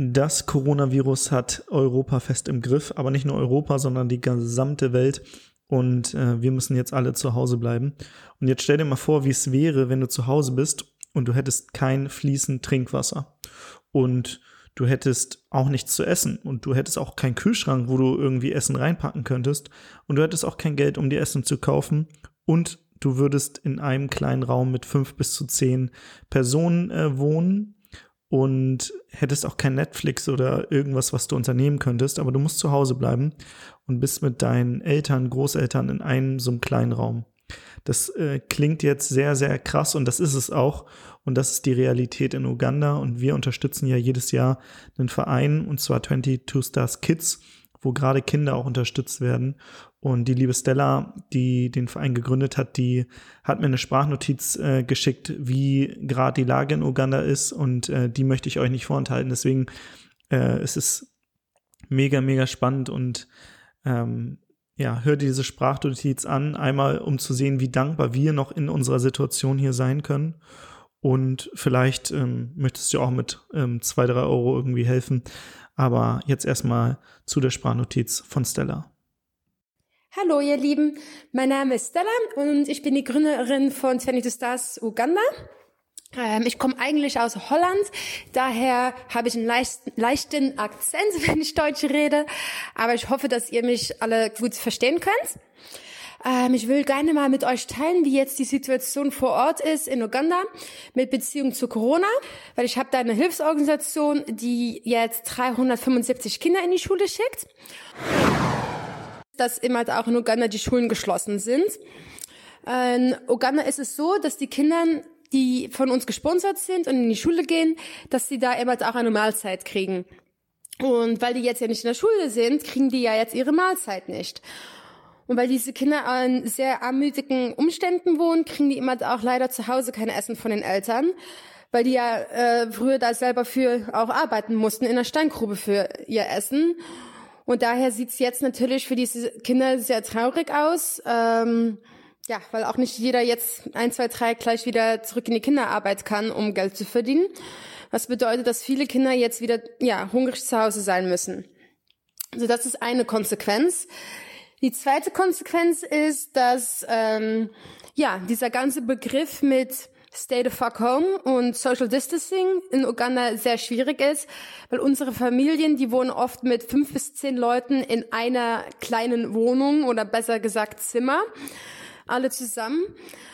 Das Coronavirus hat Europa fest im Griff, aber nicht nur Europa, sondern die gesamte Welt. Und wir müssen jetzt alle zu Hause bleiben. Und jetzt stell dir mal vor, wie es wäre, wenn du zu Hause bist und du hättest kein fließend Trinkwasser. Und du hättest auch nichts zu essen. Und du hättest auch keinen Kühlschrank, wo du irgendwie Essen reinpacken könntest. Und du hättest auch kein Geld, um dir Essen zu kaufen. Und du würdest in einem kleinen Raum mit 5 bis zu 10 Personen wohnen. Und hättest auch kein Netflix oder irgendwas, was du unternehmen könntest, aber du musst zu Hause bleiben und bist mit deinen Eltern, Großeltern in einem so einem kleinen Raum. Das klingt jetzt sehr, sehr krass und das ist es auch. Und das ist die Realität in Uganda. Und wir unterstützen ja jedes Jahr einen Verein, und zwar 22 Stars Kids, wo gerade Kinder auch unterstützt werden. Und die liebe Stella, die den Verein gegründet hat, die hat mir eine Sprachnotiz geschickt, wie gerade die Lage in Uganda ist. Und die möchte ich euch nicht vorenthalten. Deswegen es ist mega, mega spannend. Und hör dir diese Sprachnotiz an, einmal um zu sehen, wie dankbar wir noch in unserer Situation hier sein können. Und vielleicht möchtest du auch mit 2-3 Euro irgendwie helfen. Aber jetzt erstmal zu der Sprachnotiz von Stella. Hallo ihr Lieben, mein Name ist Stella und ich bin die Gründerin von 22 Stars Uganda. Ich komme eigentlich aus Holland, daher habe ich einen leichten Akzent, wenn ich Deutsch rede, aber ich hoffe, dass ihr mich alle gut verstehen könnt. Ich will gerne mal mit euch teilen, wie jetzt die Situation vor Ort ist in Uganda mit Beziehung zu Corona, weil ich habe da eine Hilfsorganisation, die jetzt 375 Kinder in die Schule schickt. Dass immer auch in Uganda die Schulen geschlossen sind. In Uganda ist es so, dass die Kinder, die von uns gesponsert sind und in die Schule gehen, dass sie da immer auch eine Mahlzeit kriegen. Und weil die jetzt ja nicht in der Schule sind, kriegen die ja jetzt ihre Mahlzeit nicht. Und weil diese Kinder an sehr armütigen Umständen wohnen, kriegen die immer auch leider zu Hause kein Essen von den Eltern, weil die ja früher da selber für auch arbeiten mussten in der Steingrube für ihr Essen. Und daher sieht's jetzt natürlich für diese Kinder sehr traurig aus, weil auch nicht jeder jetzt 1, 2, 3 gleich wieder zurück in die Kinderarbeit kann, um Geld zu verdienen. Was bedeutet, dass viele Kinder jetzt wieder hungrig zu Hause sein müssen. Also das ist eine Konsequenz. Die zweite Konsequenz ist, dass dieser ganze Begriff mit Stay the fuck home und Social Distancing in Uganda sehr schwierig ist, weil unsere Familien, die wohnen oft mit 5 bis 10 Leuten in einer kleinen Wohnung oder besser gesagt Zimmer, alle zusammen.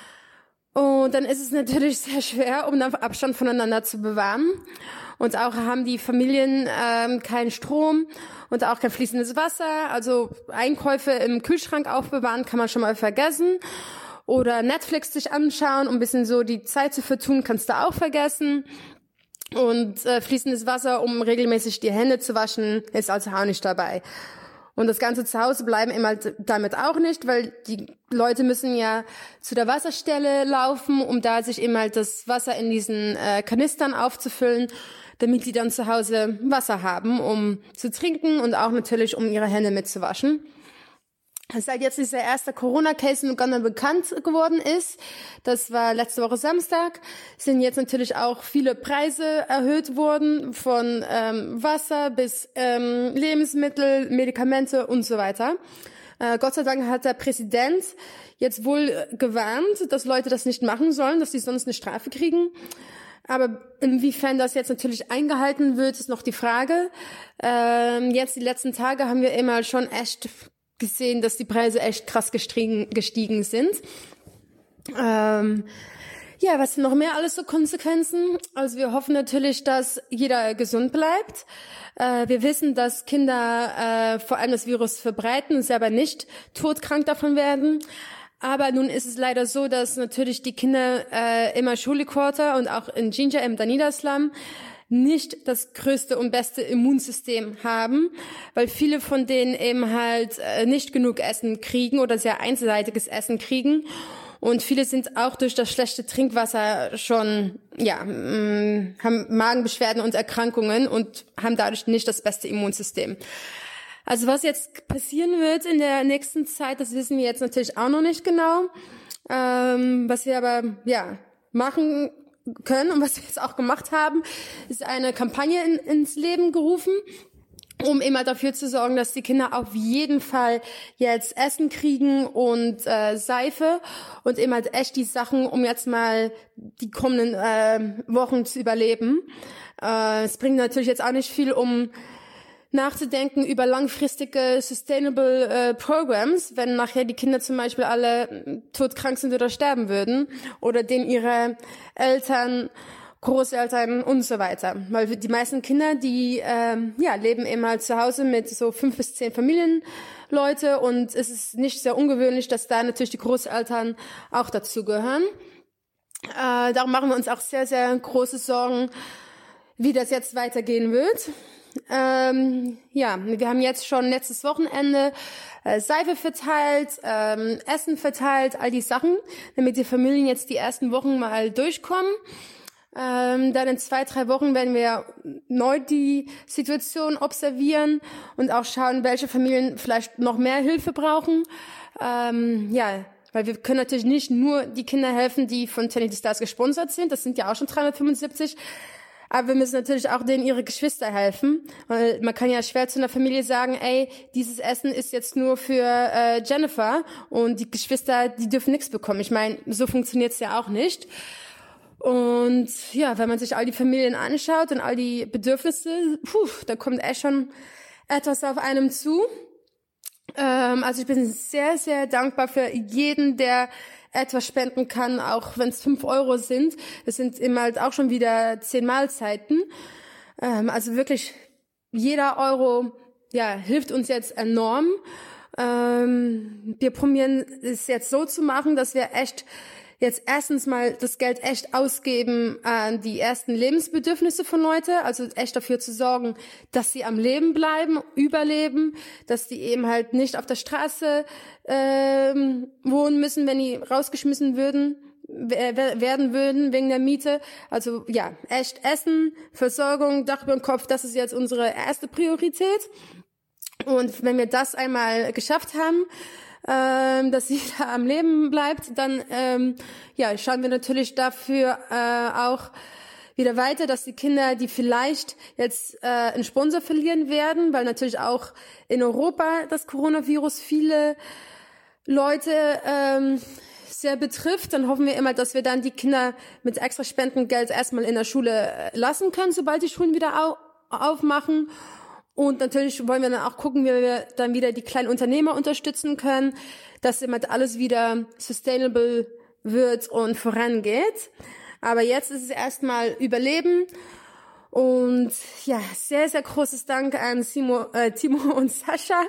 Und dann ist es natürlich sehr schwer, um dann Abstand voneinander zu bewahren. Und auch haben die Familien keinen Strom und auch kein fließendes Wasser. Also Einkäufe im Kühlschrank aufbewahren kann man schon mal vergessen. Oder Netflix sich anschauen, um ein bisschen so die Zeit zu vertun, kannst du auch vergessen. Und fließendes Wasser, um regelmäßig die Hände zu waschen, ist also auch nicht dabei. Und das ganze zu Hause bleiben immer damit auch nicht, weil die Leute müssen ja zu der Wasserstelle laufen, um da sich eben halt das Wasser in diesen Kanistern aufzufüllen, damit die dann zu Hause Wasser haben, um zu trinken und auch natürlich, um ihre Hände mitzuwaschen. Seit jetzt dieser erste Corona-Case in Uganda bekannt geworden ist, das war letzte Woche Samstag, sind jetzt natürlich auch viele Preise erhöht worden, von Wasser bis Lebensmittel, Medikamente und so weiter. Gott sei Dank hat der Präsident jetzt wohl gewarnt, dass Leute das nicht machen sollen, dass sie sonst eine Strafe kriegen. Aber inwiefern das jetzt natürlich eingehalten wird, ist noch die Frage. Jetzt die letzten Tage haben wir immer schon echt gesehen, dass die Preise echt krass gestiegen sind. Was sind noch mehr alles so Konsequenzen? Also wir hoffen natürlich, dass jeder gesund bleibt. Wir wissen, dass Kinder vor allem das Virus verbreiten und selber nicht todkrank davon werden. Aber nun ist es leider so, dass natürlich die Kinder immer Schule-Quarter und auch in Jinja im Danida-Slum nicht das größte und beste Immunsystem haben, weil viele von denen eben halt nicht genug Essen kriegen oder sehr einseitiges Essen kriegen. Und viele sind auch durch das schlechte Trinkwasser schon, haben Magenbeschwerden und Erkrankungen und haben dadurch nicht das beste Immunsystem. Also was jetzt passieren wird in der nächsten Zeit, das wissen wir jetzt natürlich auch noch nicht genau. Was wir aber, machen können und was wir jetzt auch gemacht haben, ist eine Kampagne ins Leben gerufen, um immer dafür zu sorgen, dass die Kinder auf jeden Fall jetzt Essen kriegen und Seife und immer echt die Sachen, um jetzt mal die kommenden Wochen zu überleben. Es bringt natürlich jetzt auch nicht viel, um nachzudenken über langfristige Sustainable Programs, wenn nachher die Kinder zum Beispiel alle todkrank sind oder sterben würden oder denen ihre Eltern, Großeltern und so weiter. Weil die meisten Kinder, die leben immer zu Hause mit so 5 bis 10 Familienleute und es ist nicht sehr ungewöhnlich, dass da natürlich die Großeltern auch dazugehören. Darum machen wir uns auch sehr, sehr große Sorgen, wie das jetzt weitergehen wird. Wir haben jetzt schon letztes Wochenende Seife verteilt, Essen verteilt, all die Sachen, damit die Familien jetzt die ersten Wochen mal durchkommen. Dann in 2-3 Wochen werden wir neu die Situation observieren und auch schauen, welche Familien vielleicht noch mehr Hilfe brauchen. Weil wir können natürlich nicht nur die Kinder helfen, die von Trinity Stars gesponsert sind. Das sind ja auch schon 375. Aber wir müssen natürlich auch denen ihre Geschwister helfen, weil man kann ja schwer zu einer Familie sagen, ey, dieses Essen ist jetzt nur für Jennifer und die Geschwister, die dürfen nichts bekommen. Ich meine, so funktioniert's ja auch nicht. Und ja, wenn man sich all die Familien anschaut und all die Bedürfnisse, da kommt echt schon etwas auf einem zu. Also ich bin sehr, sehr dankbar für jeden, der etwas spenden kann, auch wenn es 5 Euro sind. Das sind immer halt auch schon wieder 10 Mahlzeiten. Also wirklich, jeder Euro, hilft uns jetzt enorm. Wir probieren es jetzt so zu machen, dass wir echt jetzt erstens mal das Geld echt ausgeben an die ersten Lebensbedürfnisse von Leute, also echt dafür zu sorgen, dass sie am Leben bleiben, überleben, dass die eben halt nicht auf der Straße wohnen müssen, wenn die rausgeschmissen werden würden wegen der Miete. Also echt Essen, Versorgung, Dach über dem Kopf, das ist jetzt unsere erste Priorität. Und wenn wir das einmal geschafft haben, dass sie da am Leben bleibt, dann schauen wir natürlich dafür auch wieder weiter, dass die Kinder, die vielleicht jetzt einen Sponsor verlieren werden, weil natürlich auch in Europa das Coronavirus viele Leute sehr betrifft, dann hoffen wir immer, dass wir dann die Kinder mit extra Spendengeld erstmal in der Schule lassen können, sobald die Schulen wieder aufmachen. Und natürlich wollen wir dann auch gucken, wie wir dann wieder die kleinen Unternehmer unterstützen können, dass immer alles wieder sustainable wird und vorangeht. Aber jetzt ist es erstmal Überleben. Und sehr, sehr großes Dank an Timo und Sascha.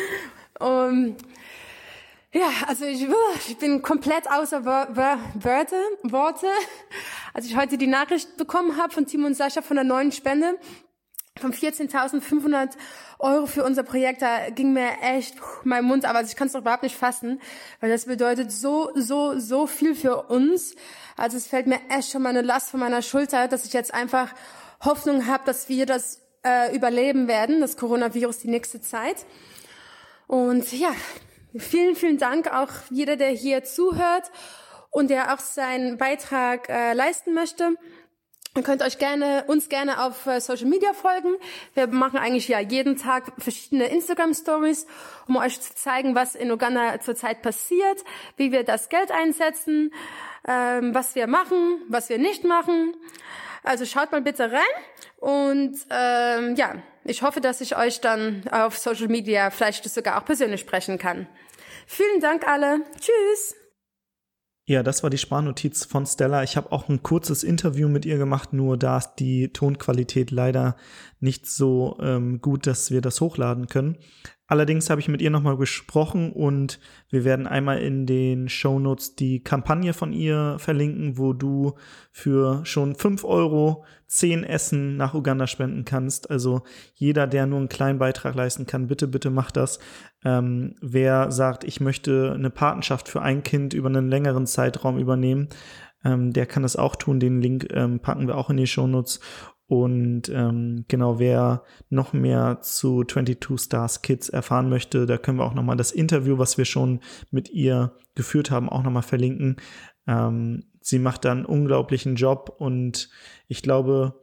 Also ich bin komplett außer Worte. Als ich heute die Nachricht bekommen habe von Timo und Sascha von der neuen Spende, von 14.500 Euro für unser Projekt, da ging mir echt mein Mund, aber ich kann es doch überhaupt nicht fassen, weil das bedeutet so viel für uns. Also es fällt mir echt schon mal eine Last von meiner Schulter, dass ich jetzt einfach Hoffnung habe, dass wir das überleben werden, das Coronavirus, die nächste Zeit. Und vielen, vielen Dank auch jeder, der hier zuhört und der auch seinen Beitrag leisten möchte. Ihr könnt uns gerne auf Social Media folgen. Wir machen eigentlich jeden Tag verschiedene Instagram-Stories, um euch zu zeigen, was in Uganda zurzeit passiert, wie wir das Geld einsetzen, was wir machen, was wir nicht machen. Also schaut mal bitte rein und ich hoffe, dass ich euch dann auf Social Media vielleicht sogar auch persönlich sprechen kann. Vielen Dank alle. Tschüss. Ja, das war die Sprachnotiz von Stella. Ich habe auch ein kurzes Interview mit ihr gemacht, nur da ist die Tonqualität leider nicht so gut, dass wir das hochladen können. Allerdings habe ich mit ihr nochmal gesprochen und wir werden einmal in den Shownotes die Kampagne von ihr verlinken, wo du für schon 5 Euro 10 Essen nach Uganda spenden kannst. Also jeder, der nur einen kleinen Beitrag leisten kann, bitte, bitte macht das. Wer sagt, ich möchte eine Patenschaft für ein Kind über einen längeren Zeitraum übernehmen, der kann das auch tun. Den Link packen wir auch in die Shownotes. Und wer noch mehr zu 22 Stars Kids erfahren möchte, da können wir auch nochmal das Interview, was wir schon mit ihr geführt haben, auch nochmal verlinken. sie macht da einen unglaublichen Job und ich glaube,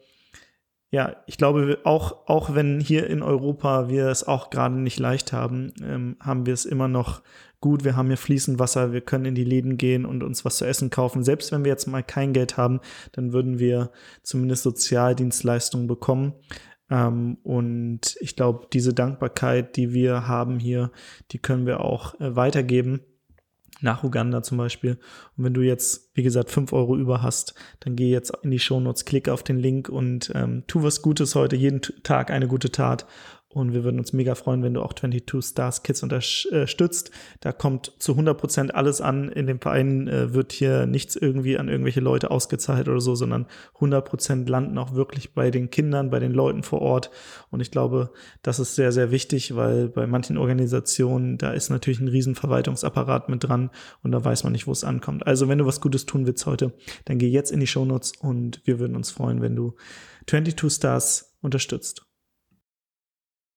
auch wenn hier in Europa wir es auch gerade nicht leicht haben, haben wir es immer noch gut. Wir haben hier fließend Wasser, wir können in die Läden gehen und uns was zu essen kaufen. Selbst wenn wir jetzt mal kein Geld haben, dann würden wir zumindest Sozialdienstleistungen bekommen. Und ich glaube, diese Dankbarkeit, die wir haben hier, die können wir auch weitergeben. Nach Uganda zum Beispiel. Und wenn du jetzt, wie gesagt, 5 Euro über hast, dann geh jetzt in die Shownotes, klick auf den Link und tu was Gutes heute, jeden Tag eine gute Tat. Und wir würden uns mega freuen, wenn du auch 22 Stars Kids unterstützt. Da kommt zu 100% alles an. In dem Verein wird hier nichts irgendwie an irgendwelche Leute ausgezahlt oder so, sondern 100% landen auch wirklich bei den Kindern, bei den Leuten vor Ort. Und ich glaube, das ist sehr, sehr wichtig, weil bei manchen Organisationen, da ist natürlich ein riesen Verwaltungsapparat mit dran und da weiß man nicht, wo es ankommt. Also wenn du was Gutes tun willst heute, dann geh jetzt in die Shownotes und wir würden uns freuen, wenn du 22 Stars unterstützt.